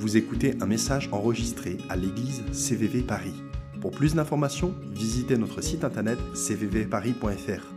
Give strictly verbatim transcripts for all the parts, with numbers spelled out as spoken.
Vous écoutez un message enregistré à l'église C V V Paris. Pour plus d'informations, visitez notre site internet c v v paris point f r.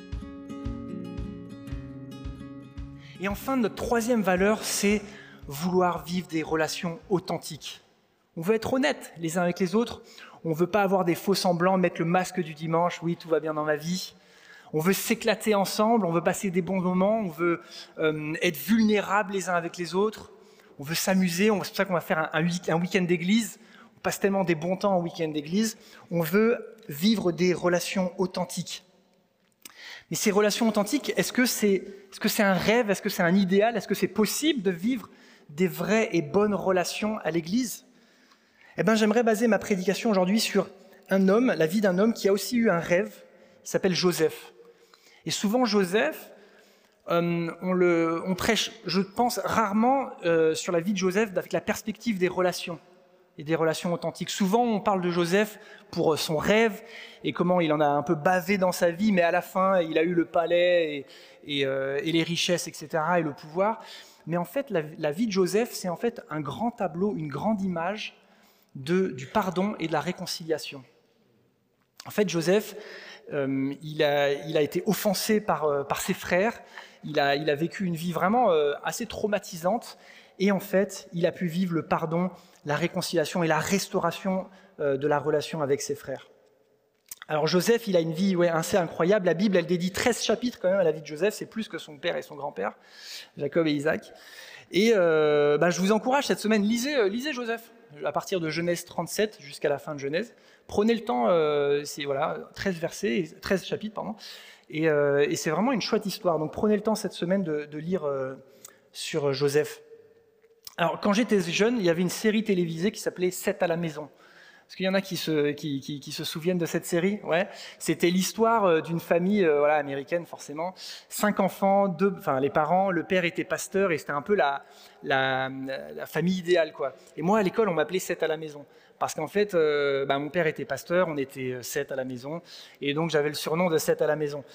Et enfin, notre troisième valeur, c'est vouloir vivre des relations authentiques. On veut être honnête les uns avec les autres. On ne veut pas avoir des faux semblants, mettre le masque du dimanche, oui, tout va bien dans ma vie. On veut s'éclater ensemble, on veut passer des bons moments, on veut euh, être vulnérables les uns avec les autres. On veut s'amuser, c'est pour ça qu'on va faire un, un, un week-end d'église. On passe tellement des bons temps en week-end d'église. On veut vivre des relations authentiques. Mais ces relations authentiques, est-ce que c'est, est-ce que c'est un rêve? Est-ce que c'est un idéal? Est-ce que c'est possible de vivre des vraies et bonnes relations à l'église? Eh bien, j'aimerais baser ma prédication aujourd'hui sur un homme, la vie d'un homme qui a aussi eu un rêve. Il s'appelle Joseph. Et souvent, Joseph, euh, on, le, on prêche, je pense, rarement euh, sur la vie de Joseph avec la perspective des relations et des relations authentiques. Souvent, on parle de Joseph pour son rêve et comment il en a un peu bavé dans sa vie, mais à la fin, il a eu le palais et, et, euh, et les richesses, et cetera, et le pouvoir. Mais en fait, la, la vie de Joseph, c'est en fait un grand tableau, une grande image de, du pardon et de la réconciliation. En fait, Joseph, euh, il, a, il a été offensé par, euh, par ses frères, il a, il a vécu une vie vraiment euh, assez traumatisante, et en fait, il a pu vivre le pardon, la réconciliation et la restauration euh, de la relation avec ses frères. Alors Joseph, il a une vie ouais, assez incroyable. La Bible, elle dédie treize chapitres quand même à la vie de Joseph, c'est plus que son père et son grand-père, Jacob et Isaac. Et euh, bah, je vous encourage cette semaine, lisez, euh, lisez Joseph, à partir de Genèse trente-sept jusqu'à la fin de Genèse. Prenez le temps, euh, c'est voilà, treize versets, treize chapitres, pardon, et, euh, et c'est vraiment une chouette histoire. Donc prenez le temps cette semaine de, de lire euh, sur Joseph. Alors quand j'étais jeune, il y avait une série télévisée qui s'appelait sept à la maison. Est-ce qu'il y en a qui se, qui, qui, qui se souviennent de cette série? Ouais. C'était l'histoire d'une famille euh, voilà, américaine, forcément. Cinq enfants, deux, enfin, les parents, le père était pasteur et c'était un peu la, la, la famille idéale, quoi. Et moi, à l'école, on m'appelait sept à la maison. Parce qu'en fait, euh, bah, mon père était pasteur, on était sept à la maison. Et donc, j'avais le surnom de sept à la maison.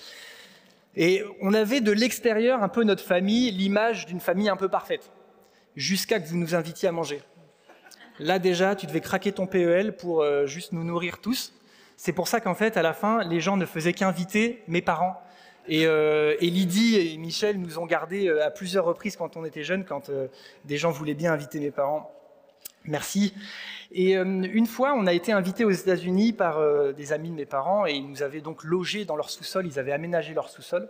Et on avait de l'extérieur un peu notre famille, l'image d'une famille un peu parfaite. Jusqu'à que vous nous invitiez à manger. Là, déjà, tu devais craquer ton P E L pour euh, juste nous nourrir tous. C'est pour ça qu'en fait, à la fin, les gens ne faisaient qu'inviter mes parents. Et, euh, et Lydie et Michel nous ont gardés euh, à plusieurs reprises quand on était jeunes, quand euh, des gens voulaient bien inviter mes parents. Merci. Et euh, une fois, on a été invités aux États-Unis par euh, des amis de mes parents et ils nous avaient donc logés dans leur sous-sol. Ils avaient aménagé leur sous-sol.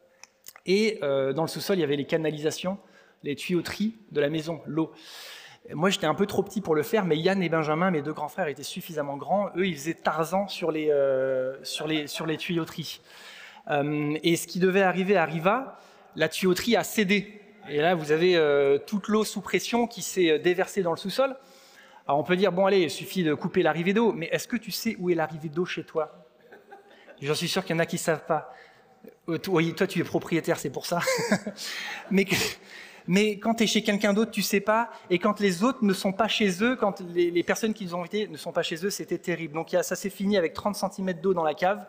Et euh, dans le sous-sol, il y avait les canalisations, les tuyauteries de la maison, l'eau. Moi, j'étais un peu trop petit pour le faire, mais Yann et Benjamin, mes deux grands frères, étaient suffisamment grands. Eux, ils faisaient Tarzan sur les, euh, sur les, sur les tuyauteries. Euh, et ce qui devait arriver arriva, la tuyauterie a cédé. Et là, vous avez euh, toute l'eau sous pression qui s'est déversée dans le sous-sol. Alors, on peut dire, bon, allez, il suffit de couper l'arrivée d'eau. Mais est-ce que tu sais où est l'arrivée d'eau chez toi? J'en suis sûr qu'il y en a qui ne savent pas. Euh, toi, toi, tu es propriétaire, c'est pour ça. mais... Mais quand tu es chez quelqu'un d'autre, tu ne sais pas. Et quand les autres ne sont pas chez eux, quand les, les personnes qui nous ont invités ne sont pas chez eux, c'était terrible. Donc ça s'est fini avec trente centimètres d'eau dans la cave.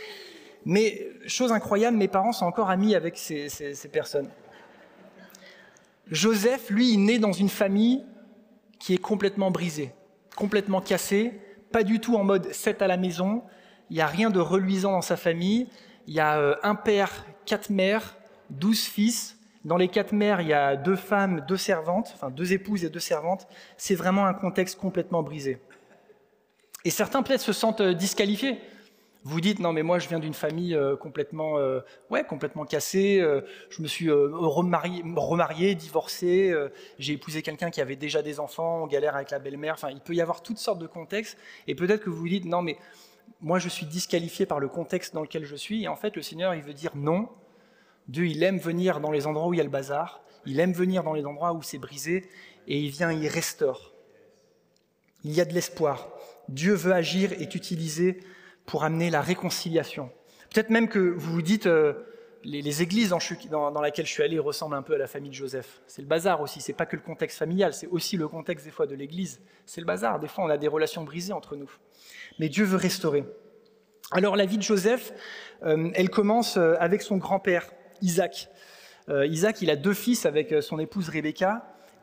Mais chose incroyable, mes parents sont encore amis avec ces, ces, ces personnes. Joseph, lui, il naît dans une famille qui est complètement brisée, complètement cassée, pas du tout en mode sept à la maison. Il n'y a rien de reluisant dans sa famille. Il y a euh, un père, quatre mères, douze fils. Dans les quatre mères, il y a deux femmes, deux servantes, enfin deux épouses et deux servantes. C'est vraiment un contexte complètement brisé. Et certains peut-être se sentent disqualifiés. Vous dites, non mais moi je viens d'une famille euh, complètement, euh, ouais, complètement cassée, euh, je me suis euh, remarié, remarié, divorcé, euh, j'ai épousé quelqu'un qui avait déjà des enfants, on galère avec la belle-mère, enfin il peut y avoir toutes sortes de contextes. Et peut-être que vous vous dites, non mais moi je suis disqualifié par le contexte dans lequel je suis. Et en fait le Seigneur il veut dire non. Dieu, il aime venir dans les endroits où il y a le bazar, il aime venir dans les endroits où c'est brisé, et il vient, il restaure. Il y a de l'espoir. Dieu veut agir et t'utiliser pour amener la réconciliation. Peut-être même que vous vous dites, euh, les, les églises dans, dans, dans lesquelles je suis allé ressemblent un peu à la famille de Joseph. C'est le bazar aussi, c'est pas que le contexte familial, c'est aussi le contexte des fois de l'église. C'est le bazar, des fois on a des relations brisées entre nous. Mais Dieu veut restaurer. Alors la vie de Joseph, euh, elle commence avec son grand-père, Isaac. Euh, Isaac, il a deux fils avec son épouse Rebecca,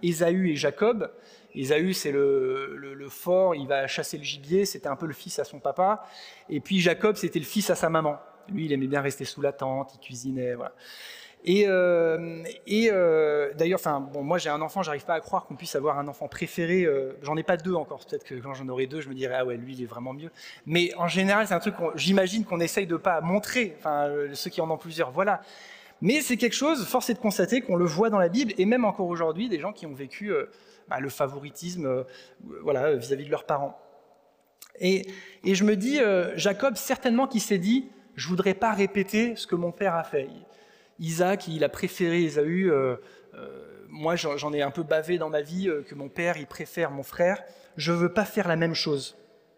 Ésaü et Jacob. Ésaü, c'est le, le, le fort, il va chasser le gibier, c'était un peu le fils à son papa. Et puis Jacob, c'était le fils à sa maman. Lui, il aimait bien rester sous la tente, il cuisinait, voilà. Et, euh, et euh, d'ailleurs, enfin, bon, moi j'ai un enfant, j'arrive pas à croire qu'on puisse avoir un enfant préféré. Euh, j'en ai pas deux encore. Peut-être que quand j'en aurai deux, je me dirais ah ouais, lui il est vraiment mieux. Mais en général, c'est un truc, qu'on, j'imagine qu'on essaye de pas montrer. Enfin, euh, ceux qui en ont plusieurs, voilà. Mais c'est quelque chose, force est de constater qu'on le voit dans la Bible et même encore aujourd'hui, des gens qui ont vécu euh, bah, le favoritisme, euh, voilà, vis-à-vis de leurs parents. Et, et je me dis, euh, Jacob, certainement qui s'est dit, je voudrais pas répéter ce que mon père a fait. Isaac, il a préféré Ésaü. Euh, euh, moi, j'en, j'en ai un peu bavé dans ma vie euh, que mon père, il préfère mon frère. Je ne veux pas faire la même chose.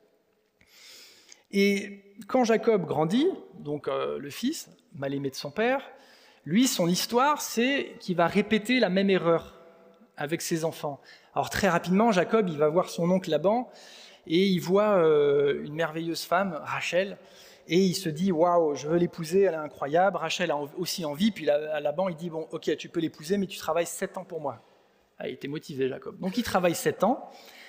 Et quand Jacob grandit, donc euh, le fils, mal aimé de son père, lui, son histoire, c'est qu'il va répéter la même erreur avec ses enfants. Alors très rapidement, Jacob, il va voir son oncle Laban et il voit euh, une merveilleuse femme, Rachel. Et il se dit, waouh, je veux l'épouser, elle est incroyable. Rachel a aussi envie. Puis à Laban, il dit, bon, ok, tu peux l'épouser, mais tu travailles sept ans pour moi. Ah, il était motivé, Jacob. Donc il travaille sept ans.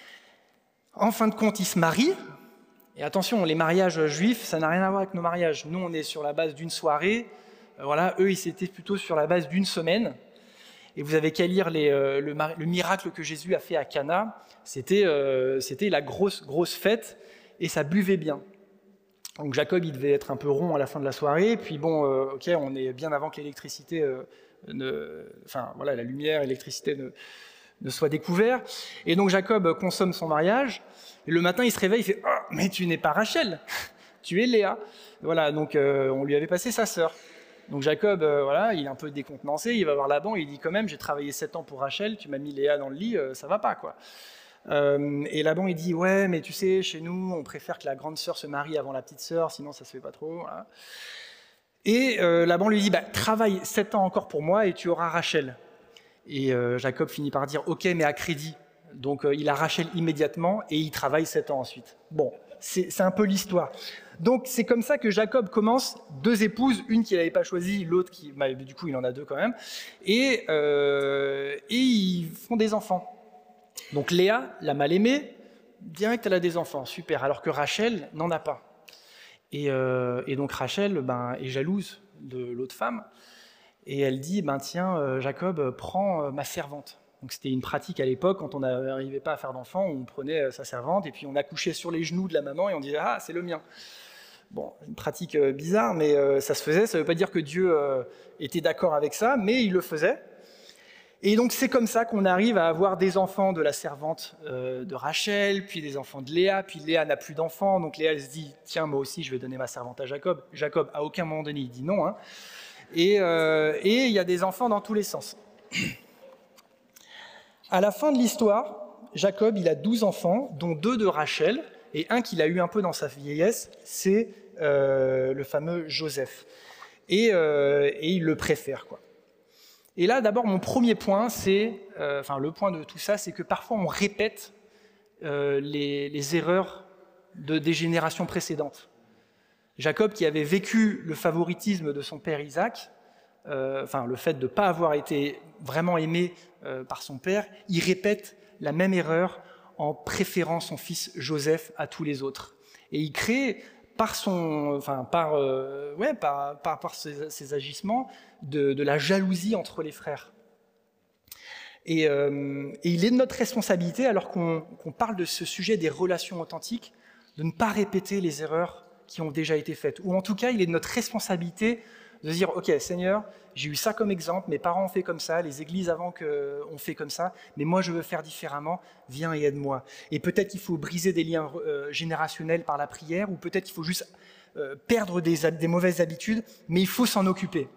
En fin de compte, il se marie. Et attention, les mariages juifs, ça n'a rien à voir avec nos mariages. Nous, on est sur la base d'une soirée. Voilà, eux, ils étaient plutôt sur la base d'une semaine. Et vous avez qu'à lire les, euh, le, le miracle que Jésus a fait à Cana. C'était, euh, c'était la grosse, grosse fête et ça buvait bien. Donc Jacob, il devait être un peu rond à la fin de la soirée, puis bon, euh, ok, on est bien avant que l'électricité, euh, ne, enfin voilà, la lumière, l'électricité ne, ne soit découvert. Et donc Jacob consomme son mariage, et le matin il se réveille, il fait « Oh, mais tu n'es pas Rachel, tu es Léa !» Voilà, donc euh, on lui avait passé sa sœur. Donc Jacob, euh, voilà, il est un peu décontenancé, il va voir Laban, il dit quand même, j'ai travaillé sept ans pour Rachel, tu m'as mis Léa dans le lit, euh, ça va pas quoi. Euh, et Laban il dit ouais mais tu sais chez nous on préfère que la grande sœur se marie avant la petite sœur sinon ça se fait pas trop voilà. Et euh, Laban lui dit bah, travaille sept ans encore pour moi et tu auras Rachel. Et euh, Jacob finit par dire ok mais à crédit, donc euh, il a Rachel immédiatement et il travaille sept ans ensuite. Bon, c'est, c'est un peu l'histoire. Donc c'est comme ça que Jacob commence deux épouses, une qu'il n'avait pas choisie, l'autre qui bah, du coup il en a deux quand même, et, euh, et ils font des enfants. Donc Léa, la mal-aimée, direct elle a des enfants, super, alors que Rachel n'en a pas. Et, euh, et donc Rachel ben, est jalouse de l'autre femme, et elle dit, ben, tiens euh, Jacob, prends euh, ma servante. Donc c'était une pratique à l'époque, quand on n'arrivait pas à faire d'enfant, on prenait euh, sa servante, et puis on accouchait sur les genoux de la maman, et on disait, ah c'est le mien. Bon, une pratique euh, bizarre, mais euh, ça se faisait, ça ne veut pas dire que Dieu euh, était d'accord avec ça, mais il le faisait. Et donc c'est comme ça qu'on arrive à avoir des enfants de la servante euh, de Rachel, puis des enfants de Léa, puis Léa n'a plus d'enfants, donc Léa elle se dit « tiens, moi aussi je vais donner ma servante à Jacob ». Jacob, à aucun moment donné, il dit non. Hein. Et euh, et il y a des enfants dans tous les sens. À la fin de l'histoire, Jacob, il a douze enfants, dont deux de Rachel, et un qu'il a eu un peu dans sa vieillesse, c'est euh, le fameux Joseph. Et, euh, et il le préfère, quoi. Et là, d'abord, mon premier point, c'est, euh, enfin, le point de tout ça, c'est que parfois on répète euh, les, les erreurs de, des générations précédentes. Jacob, qui avait vécu le favoritisme de son père Isaac, euh, enfin, le fait de ne pas avoir été vraiment aimé euh, par son père, il répète la même erreur en préférant son fils Joseph à tous les autres. Et il crée, par, son, enfin, par, euh, ouais, par, par, par ses, ses agissements, de, de la jalousie entre les frères. Et, euh, et il est de notre responsabilité, alors qu'on, qu'on parle de ce sujet des relations authentiques, de ne pas répéter les erreurs qui ont déjà été faites. Ou en tout cas, il est de notre responsabilité de se dire « Ok, Seigneur, j'ai eu ça comme exemple, mes parents ont fait comme ça, les églises avant que, ont fait comme ça, mais moi je veux faire différemment, viens et aide-moi. » Et peut-être qu'il faut briser des liens euh, générationnels par la prière, ou peut-être qu'il faut juste euh, perdre des, des mauvaises habitudes, mais il faut s'en occuper.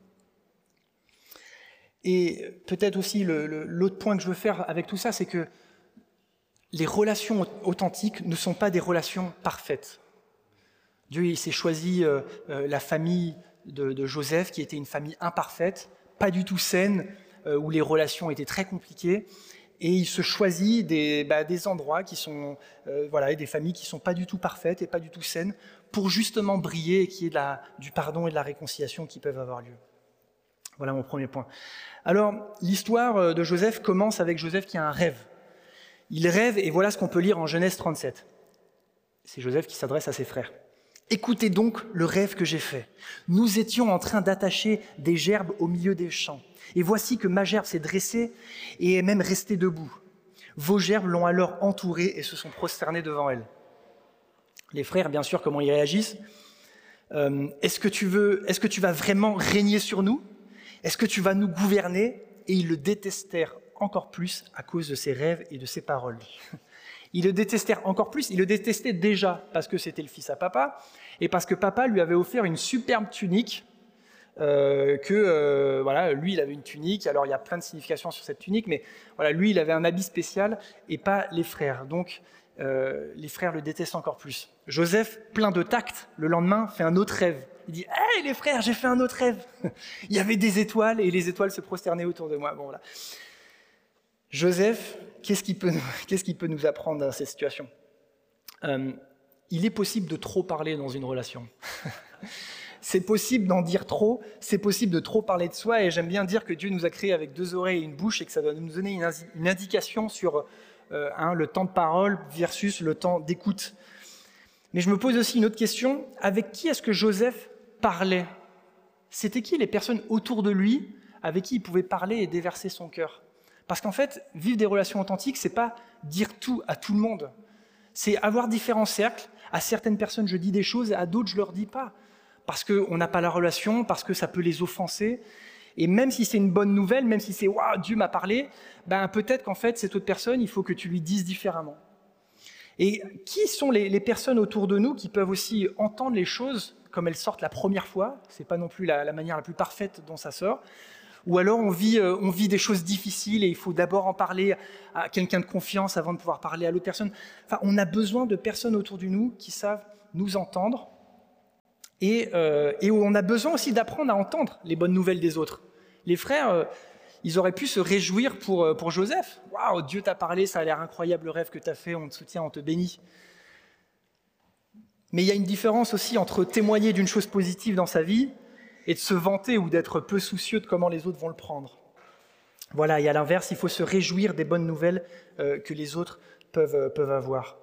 Et peut-être aussi le, le, l'autre point que je veux faire avec tout ça, c'est que les relations authentiques ne sont pas des relations parfaites. Dieu il s'est choisi euh, euh, la famille de, de Joseph, qui était une famille imparfaite, pas du tout saine, euh, où les relations étaient très compliquées, et il se choisit des, bah, des endroits qui sont, euh, voilà, des familles qui ne sont pas du tout parfaites et pas du tout saines, pour justement briller et qu'il y ait de la, du pardon et de la réconciliation qui peuvent avoir lieu. Voilà mon premier point. Alors, l'histoire de Joseph commence avec Joseph qui a un rêve. Il rêve, et voilà ce qu'on peut lire en Genèse trente-sept. C'est Joseph qui s'adresse à ses frères. « Écoutez donc le rêve que j'ai fait. Nous étions en train d'attacher des gerbes au milieu des champs. Et voici que ma gerbe s'est dressée et est même restée debout. Vos gerbes l'ont alors entourée et se sont prosternés devant elle. » Les frères, bien sûr, comment ils réagissent ? euh, « Est-ce que tu veux, est-ce que tu vas vraiment régner sur nous ? Est-ce que tu vas nous gouverner ?» Et ils le détestèrent encore plus à cause de ses rêves et de ses paroles. Ils le détestèrent encore plus, ils le détestaient déjà parce que c'était le fils à papa et parce que papa lui avait offert une superbe tunique, euh, que euh, voilà, lui il avait une tunique, alors il y a plein de significations sur cette tunique, mais voilà, lui il avait un habit spécial et pas les frères, donc euh, les frères le détestent encore plus. Joseph, plein de tact, le lendemain fait un autre rêve. Il dit « Hey les frères, j'ai fait un autre rêve !» Il y avait des étoiles et les étoiles se prosternaient autour de moi. Bon, voilà. Joseph, qu'est-ce qu'il peut, qu'est-ce qu'il peut nous apprendre dans cette situation ? euh, Il est possible de trop parler dans une relation. C'est possible d'en dire trop, c'est possible de trop parler de soi, et j'aime bien dire que Dieu nous a créés avec deux oreilles et une bouche, et que ça doit nous donner une, une indication sur euh, hein, le temps de parole versus le temps d'écoute. Mais je me pose aussi une autre question, avec qui est-ce que Joseph parlait ? C'était qui les personnes autour de lui avec qui il pouvait parler et déverser son cœur ? Parce qu'en fait, vivre des relations authentiques, c'est pas dire tout à tout le monde. C'est avoir différents cercles. À certaines personnes, je dis des choses, et à d'autres, je leur dis pas. Parce qu'on n'a pas la relation, parce que ça peut les offenser. Et même si c'est une bonne nouvelle, même si c'est « Waouh, Dieu m'a parlé », ben peut-être qu'en fait, cette autre personne, il faut que tu lui dises différemment. Et qui sont les, les personnes autour de nous qui peuvent aussi entendre les choses comme elles sortent la première fois ? C'est pas non plus la, la manière la plus parfaite dont ça sort. Ou alors on vit, euh, on vit des choses difficiles et il faut d'abord en parler à quelqu'un de confiance avant de pouvoir parler à l'autre personne. Enfin, on a besoin de personnes autour de nous qui savent nous entendre et, euh, et où on a besoin aussi d'apprendre à entendre les bonnes nouvelles des autres. Les frères, euh, ils auraient pu se réjouir pour, pour Joseph. « Waouh, Dieu t'a parlé, ça a l'air incroyable le rêve que tu as fait, on te soutient, on te bénit. » Mais il y a une différence aussi entre témoigner d'une chose positive dans sa vie et de se vanter ou d'être peu soucieux de comment les autres vont le prendre. Voilà, et à l'inverse, il faut se réjouir des bonnes nouvelles euh, que les autres peuvent, euh, peuvent avoir.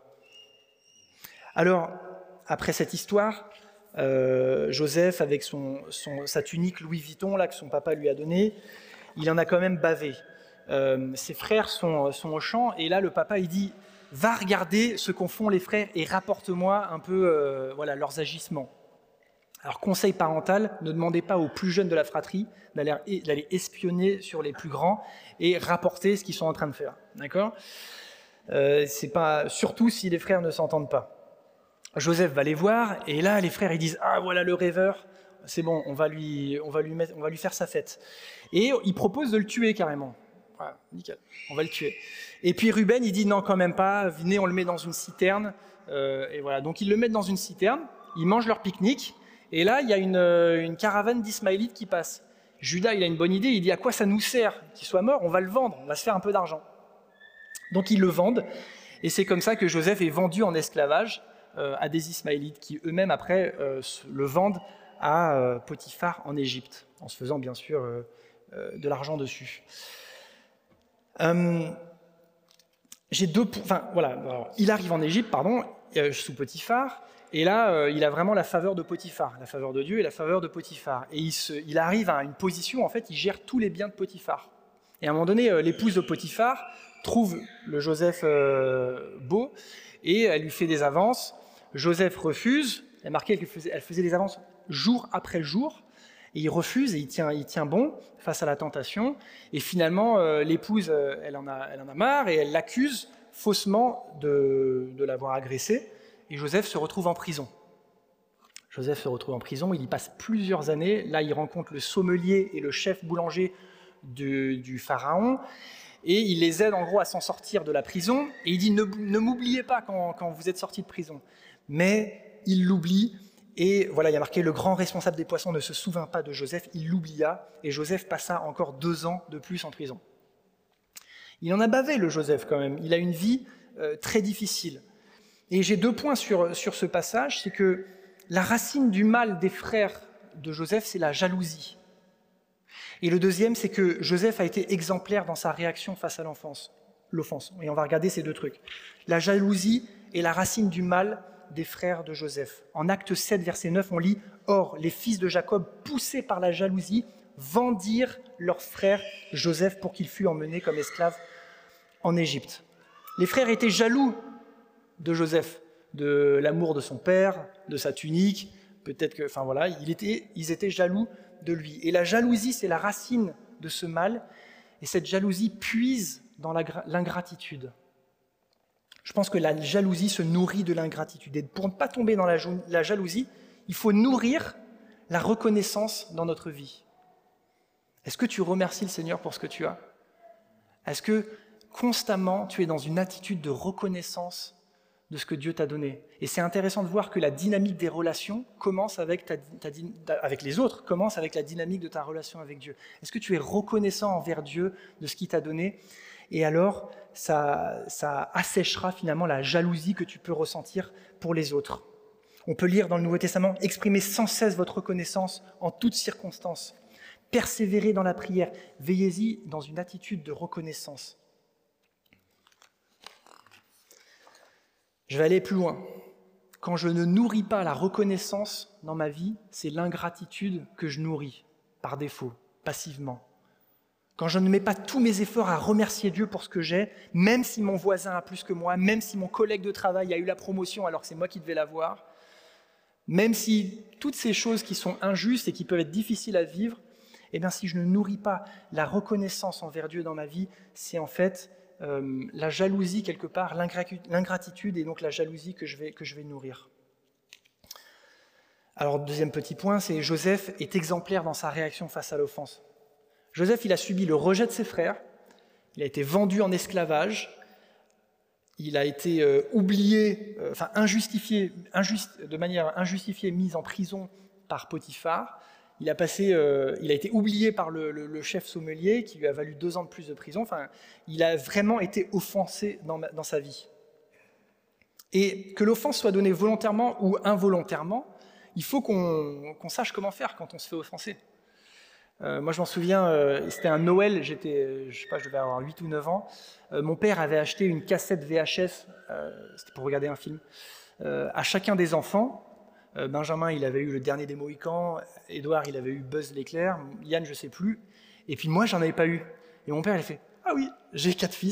Alors, après cette histoire, euh, Joseph, avec son, son, sa tunique Louis Vuitton là, que son papa lui a donnée, il en a quand même bavé. Euh, ses frères sont, sont au champ, et là, le papa, il dit « Va regarder ce qu'en font les frères et rapporte-moi un peu euh, voilà, leurs agissements. » Alors, conseil parental, ne demandez pas aux plus jeunes de la fratrie d'aller, d'aller espionner sur les plus grands et rapporter ce qu'ils sont en train de faire. D'accord ? euh, c'est pas, surtout si les frères ne s'entendent pas. Joseph va les voir, et là, les frères ils disent « Ah, voilà le rêveur, c'est bon, on va lui, on va lui, mettre, on va lui faire sa fête. » Et ils proposent de le tuer carrément. Voilà, nickel, on va le tuer. Et puis Ruben, il dit « Non, quand même pas, venez, on le met dans une citerne. Euh, » Et voilà, donc ils le mettent dans une citerne, ils mangent leur pique-nique, et là, il y a une, une caravane d'Ismaélites qui passe. Judas, il a une bonne idée, il dit « À quoi ça nous sert qu'il soit mort ? On va le vendre, on va se faire un peu d'argent. » Donc ils le vendent, et c'est comme ça que Joseph est vendu en esclavage euh, à des Ismaélites qui eux-mêmes, après, euh, le vendent à euh, Potiphar en Égypte, en se faisant bien sûr euh, euh, de l'argent dessus. Euh, j'ai deux... Enfin, voilà, alors, il arrive en Égypte, pardon, euh, sous Potiphar, et là, euh, il a vraiment la faveur de Potiphar, la faveur de Dieu et la faveur de Potiphar. Et il, se, il arrive à une position, en fait, il gère tous les biens de Potiphar. Et à un moment donné, euh, l'épouse de Potiphar trouve le Joseph euh, beau, et elle lui fait des avances. Joseph refuse, il a marqué qu'elle faisait, elle faisait des avances jour après jour, et il refuse, et il tient, il tient bon face à la tentation. Et finalement, euh, l'épouse, euh, elle, en a, elle en a marre, et elle l'accuse faussement de, de l'avoir agressé. Et Joseph se retrouve en prison. Joseph se retrouve en prison, il y passe plusieurs années. Là, il rencontre le sommelier et le chef boulanger du, du pharaon, et il les aide en gros à s'en sortir de la prison. Et il dit ne, ne m'oubliez pas quand, quand vous êtes sortis de prison. Mais il l'oublie, et voilà, il y a marqué le grand responsable des poissons ne se souvint pas de Joseph, il l'oublia, et Joseph passa encore deux ans de plus en prison. Il en a bavé, le Joseph, quand même. Il a une vie euh, très difficile. Et j'ai deux points sur, sur ce passage, c'est que la racine du mal des frères de Joseph, c'est la jalousie. Et le deuxième, c'est que Joseph a été exemplaire dans sa réaction face à l'enfance, l'offense. Et on va regarder ces deux trucs. La jalousie est la racine du mal des frères de Joseph. En Acte sept, verset neuf, on lit « Or, les fils de Jacob, poussés par la jalousie, vendirent leur frère Joseph pour qu'il fût emmené comme esclave en Égypte. » Les frères étaient jaloux de Joseph, de l'amour de son père, de sa tunique, peut-être que, enfin voilà, il était, ils étaient jaloux de lui. Et la jalousie, c'est la racine de ce mal, et cette jalousie puise dans la, l'ingratitude. Je pense que la jalousie se nourrit de l'ingratitude. Et pour ne pas tomber dans la, la jalousie, il faut nourrir la reconnaissance dans notre vie. Est-ce que tu remercies le Seigneur pour ce que tu as? Est-ce que constamment tu es dans une attitude de reconnaissance de ce que Dieu t'a donné? Et c'est intéressant de voir que la dynamique des relations commence avec, ta, ta, avec les autres, commence avec la dynamique de ta relation avec Dieu. Est-ce que tu es reconnaissant envers Dieu de ce qu'il t'a donné? Et alors, ça, ça asséchera finalement la jalousie que tu peux ressentir pour les autres. On peut lire dans le Nouveau Testament « Exprimez sans cesse votre reconnaissance en toutes circonstances. Persévérez dans la prière. Veillez-y dans une attitude de reconnaissance. » Je vais aller plus loin. Quand je ne nourris pas la reconnaissance dans ma vie, c'est l'ingratitude que je nourris, par défaut, passivement. Quand je ne mets pas tous mes efforts à remercier Dieu pour ce que j'ai, même si mon voisin a plus que moi, même si mon collègue de travail a eu la promotion alors que c'est moi qui devais l'avoir, même si toutes ces choses qui sont injustes et qui peuvent être difficiles à vivre, eh bien si je ne nourris pas la reconnaissance envers Dieu dans ma vie, c'est en fait euh, la jalousie quelque part, l'ingratitude et donc la jalousie que je vais, que je vais nourrir. Alors deuxième petit point, c'est Joseph est exemplaire dans sa réaction face à l'offense. Joseph, il a subi le rejet de ses frères, il a été vendu en esclavage, il a été euh, oublié, euh, enfin injustifié, injuste, de manière injustifiée, mis en prison par Potiphar. Il a, passé, euh, il a été oublié par le, le, le chef sommelier qui lui a valu deux ans de plus de prison. Enfin, il a vraiment été offensé dans, dans sa vie. Et que l'offense soit donnée volontairement ou involontairement, il faut qu'on, qu'on sache comment faire quand on se fait offenser. Euh, moi, je m'en souviens, euh, c'était un Noël, j'étais, je sais pas, je devais avoir huit ou neuf ans. Euh, mon père avait acheté une cassette V H S, euh, c'était pour regarder un film, euh, à chacun des enfants. Euh, Benjamin, il avait eu Le Dernier des Mohicans, Édouard, il avait eu Buzz l'éclair, Yann, je sais plus. Et puis moi, j'en avais pas eu. Et mon père, il a fait « Ah oui, j'ai quatre fils ».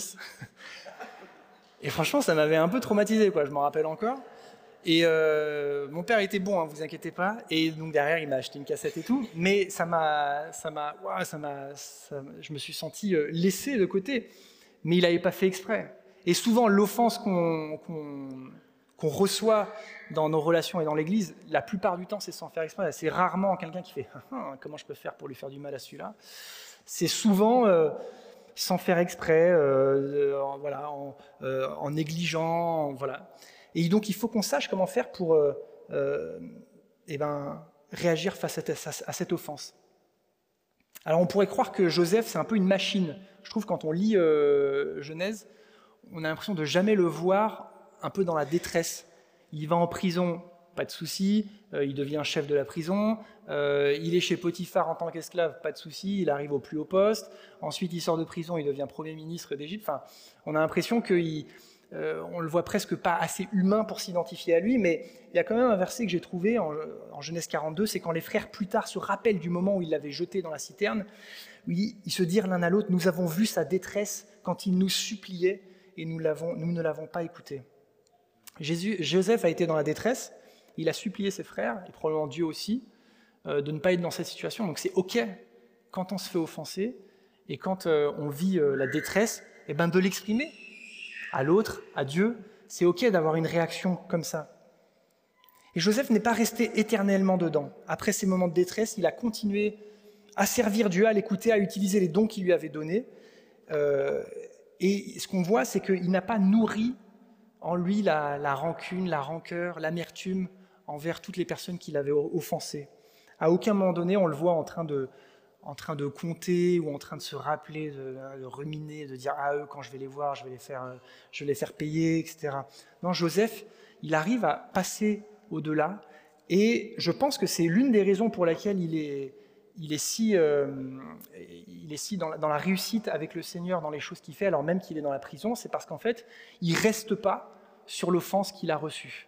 Et franchement, ça m'avait un peu traumatisé, quoi, je m'en rappelle encore. Et euh, mon père était bon, hein, vous inquiétez pas. Et donc derrière, il m'a acheté une cassette et tout. Mais ça m'a, ça m'a, wow, ça m'a, ça, je me suis senti euh, laissé de côté. Mais il n'avait pas fait exprès. Et souvent, l'offense qu'on, qu'on, qu'on reçoit dans nos relations et dans l'Église, la plupart du temps, c'est sans faire exprès. C'est rarement quelqu'un qui fait ah, « comment je peux faire pour lui faire du mal à celui-là ?» C'est souvent euh, sans faire exprès, euh, euh, voilà, en, euh, en négligeant, voilà. Et donc, il faut qu'on sache comment faire pour euh, euh, eh ben, réagir face à, à cette offense. Alors, on pourrait croire que Joseph, c'est un peu une machine. Je trouve, quand on lit euh, Genèse, on a l'impression de jamais le voir un peu dans la détresse. Il va en prison, pas de souci, euh, il devient chef de la prison, euh, il est chez Potiphar en tant qu'esclave, pas de souci, il arrive au plus haut poste, ensuite il sort de prison, il devient premier ministre d'Égypte. Enfin, on a l'impression qu'il... Euh, on le voit presque pas assez humain pour s'identifier à lui, mais il y a quand même un verset que j'ai trouvé en, en Genèse quarante-deux, c'est quand les frères plus tard se rappellent du moment où il l'avait jeté dans la citerne, où ils, ils se dirent l'un à l'autre, nous avons vu sa détresse quand il nous suppliait et nous, l'avons, nous ne l'avons pas écouté. Jésus, Joseph a été dans la détresse, il a supplié ses frères, et probablement Dieu aussi, euh, de ne pas être dans cette situation. Donc c'est ok quand on se fait offenser et quand euh, on vit euh, la détresse, eh ben de l'exprimer à l'autre, à Dieu, c'est ok d'avoir une réaction comme ça. Et Joseph n'est pas resté éternellement dedans. Après ces moments de détresse, il a continué à servir Dieu, à l'écouter, à utiliser les dons qu'il lui avait donnés. Euh, et ce qu'on voit, c'est qu'il n'a pas nourri en lui la, la rancune, la rancœur, l'amertume envers toutes les personnes qu'il avait offensées. À aucun moment donné, on le voit en train de... en train de compter ou en train de se rappeler, de, de ruminer, de dire « Ah, eux, quand je vais les voir, je vais les faire, je vais les faire payer, et cetera » Non, Joseph, il arrive à passer au-delà et je pense que c'est l'une des raisons pour laquelle il est, il est si, euh, il est si dans, la, dans la réussite avec le Seigneur, dans les choses qu'il fait, alors même qu'il est dans la prison, c'est parce qu'en fait, il ne reste pas sur l'offense qu'il a reçue.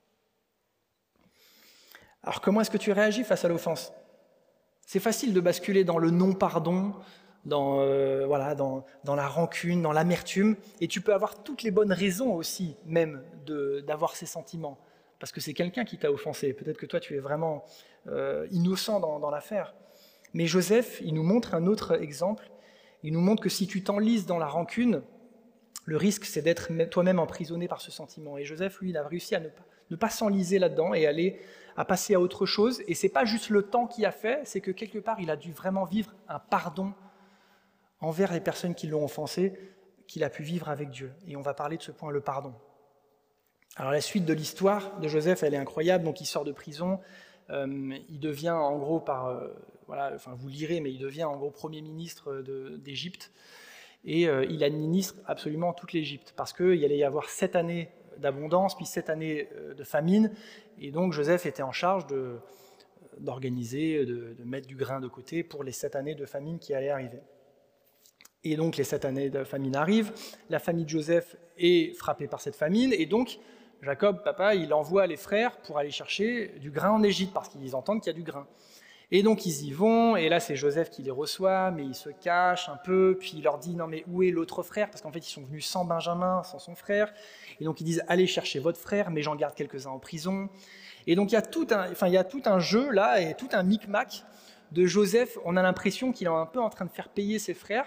Alors comment est-ce que tu réagis face à l'offense? C'est facile de basculer dans le non-pardon, dans, euh, voilà, dans, dans la rancune, dans l'amertume, et tu peux avoir toutes les bonnes raisons aussi, même, de, d'avoir ces sentiments, parce que c'est quelqu'un qui t'a offensé. Peut-être que toi, tu es vraiment euh, innocent dans, dans l'affaire. Mais Joseph, il nous montre un autre exemple. Il nous montre que si tu t'enlises dans la rancune, le risque, c'est d'être toi-même emprisonné par ce sentiment. Et Joseph, lui, il a réussi à ne pas, ne pas s'enliser là-dedans et aller à passer à autre chose. Et c'est pas juste le temps qu'il a fait, c'est que quelque part, il a dû vraiment vivre un pardon envers les personnes qui l'ont offensé, qu'il a pu vivre avec Dieu. Et on va parler de ce point, le pardon. Alors la suite de l'histoire de Joseph, elle est incroyable. Donc il sort de prison, euh, il devient en gros par, euh, voilà, enfin vous lirez, mais il devient en gros premier ministre de, d'Égypte. Et euh, il administre absolument toute l'Égypte, parce qu'il allait y avoir sept années d'abondance, puis sept années de famine, et donc Joseph était en charge de, d'organiser, de, de mettre du grain de côté pour les sept années de famine qui allaient arriver. Et donc les sept années de famine arrivent, la famille de Joseph est frappée par cette famine, et donc Jacob, papa, il envoie les frères pour aller chercher du grain en Égypte, parce qu'ils entendent qu'il y a du grain. Et donc ils y vont, et là c'est Joseph qui les reçoit, mais il se cache un peu, puis il leur dit « Non mais où est l'autre frère ?» Parce qu'en fait ils sont venus sans Benjamin, sans son frère, et donc ils disent « Allez chercher votre frère, mais j'en garde quelques-uns en prison. » Et donc il y a tout un, enfin, il y a tout un jeu là, et tout un micmac de Joseph. On a l'impression qu'il est un peu en train de faire payer ses frères.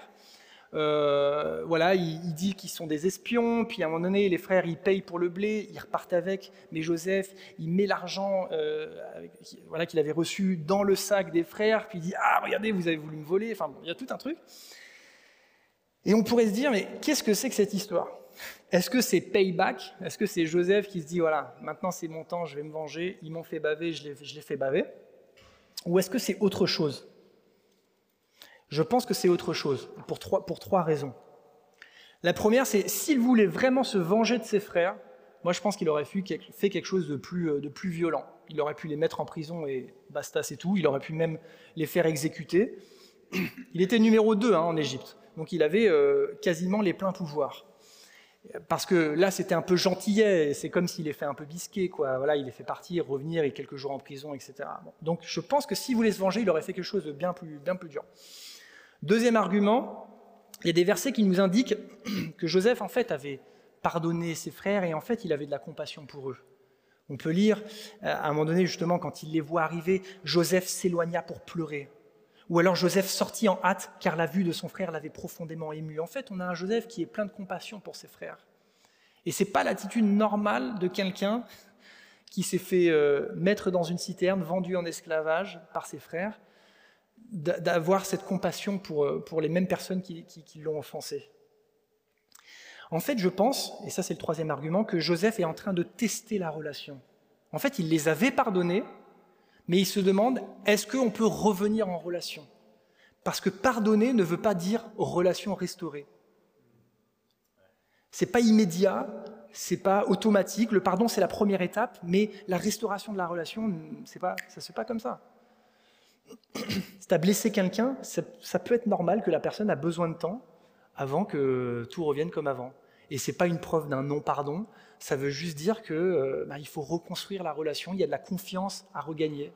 Euh, voilà, il, il dit qu'ils sont des espions, puis à un moment donné, les frères, ils payent pour le blé, ils repartent avec, mais Joseph, il met l'argent euh, avec, voilà, qu'il avait reçu dans le sac des frères, puis il dit « Ah, regardez, vous avez voulu me voler », enfin, bon, il y a tout un truc. Et on pourrait se dire, mais qu'est-ce que c'est que cette histoire? Est-ce que c'est payback? Est-ce que c'est Joseph qui se dit « Voilà, maintenant c'est mon temps, je vais me venger, ils m'ont fait baver, je les, je les fais baver » Ou est-ce que c'est autre chose? Je pense que c'est autre chose, pour trois, pour trois raisons. La première, c'est s'il voulait vraiment se venger de ses frères, moi je pense qu'il aurait fait quelque chose de plus, de plus violent. Il aurait pu les mettre en prison et basta, c'est tout. Il aurait pu même les faire exécuter. Il était numéro deux hein, en Égypte, donc il avait euh, quasiment les pleins pouvoirs. Parce que là, c'était un peu gentillet, c'est comme s'il les fait un peu bisquer, quoi. Voilà, il les fait partir, revenir, et quelques jours en prison, et cetera. Bon. Donc je pense que s'il voulait se venger, il aurait fait quelque chose de bien plus, bien plus dur. Deuxième argument, il y a des versets qui nous indiquent que Joseph, en fait, avait pardonné ses frères et en fait, il avait de la compassion pour eux. On peut lire, à un moment donné, justement, quand il les voit arriver, Joseph s'éloigna pour pleurer. Ou alors Joseph sortit en hâte car la vue de son frère l'avait profondément ému. En fait, on a un Joseph qui est plein de compassion pour ses frères. Et ce n'est pas l'attitude normale de quelqu'un qui s'est fait euh, mettre dans une citerne, vendu en esclavage par ses frères, d'avoir cette compassion pour, pour les mêmes personnes qui, qui, qui l'ont offensé. En fait, je pense, et ça c'est le troisième argument, que Joseph est en train de tester la relation. En fait, il les avait pardonnés, mais il se demande, est-ce qu'on peut revenir en relation? Parce que pardonner ne veut pas dire relation restaurée. Ce n'est pas immédiat, ce n'est pas automatique, le pardon c'est la première étape, mais la restauration de la relation, c'est pas, ça ne se fait pas comme ça. Si tu as blessé quelqu'un, ça, ça peut être normal que la personne a besoin de temps avant que tout revienne comme avant. Et ce n'est pas une preuve d'un non-pardon, ça veut juste dire qu'il euh, bah, faut reconstruire la relation, il y a de la confiance à regagner.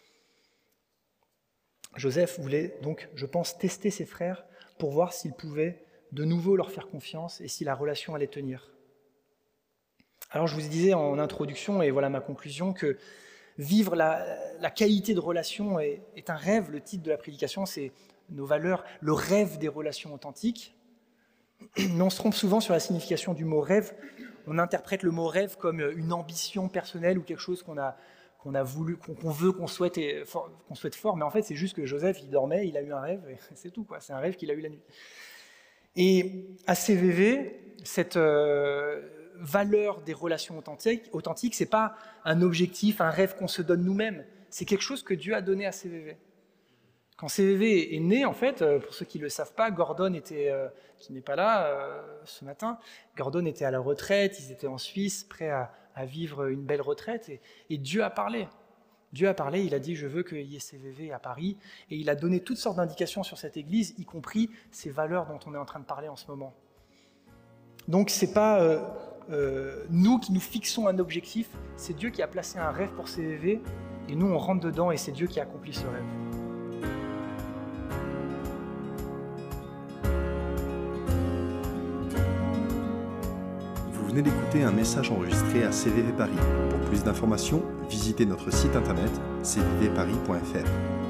Joseph voulait donc, je pense, tester ses frères pour voir s'il pouvait de nouveau leur faire confiance et si la relation allait tenir. Alors je vous disais en introduction, et voilà ma conclusion, que vivre la, la qualité de relation est, est un rêve. Le titre de la prédication, c'est nos valeurs, le rêve des relations authentiques. Mais on se trompe souvent sur la signification du mot rêve. On interprète le mot rêve comme une ambition personnelle ou quelque chose qu'on a, qu'on a voulu, qu'on, qu'on veut, qu'on souhaite, et, qu'on souhaite fort. Mais en fait, c'est juste que Joseph, il dormait, il a eu un rêve, et c'est tout, quoi. C'est un rêve qu'il a eu la nuit. Et à C V V, cette euh, valeur des relations authentiques, authentiques, ce n'est pas un objectif, un rêve qu'on se donne nous-mêmes. C'est quelque chose que Dieu a donné à C V V. Quand C V V est né, en fait, pour ceux qui ne le savent pas, Gordon était, euh, qui n'est pas là euh, ce matin, Gordon était à la retraite, ils étaient en Suisse, prêts à, à vivre une belle retraite, et, et Dieu a parlé. Dieu a parlé, il a dit « je veux qu'il y ait C V V à Paris » et il a donné toutes sortes d'indications sur cette église, y compris ces valeurs dont on est en train de parler en ce moment. Donc ce n'est pas euh, euh, nous qui nous fixons un objectif, c'est Dieu qui a placé un rêve pour C V V et nous on rentre dedans et c'est Dieu qui accomplit ce rêve. Vous venez d'écouter un message enregistré à C V V Paris. Pour plus d'informations, visitez notre site internet c v v paris point f r.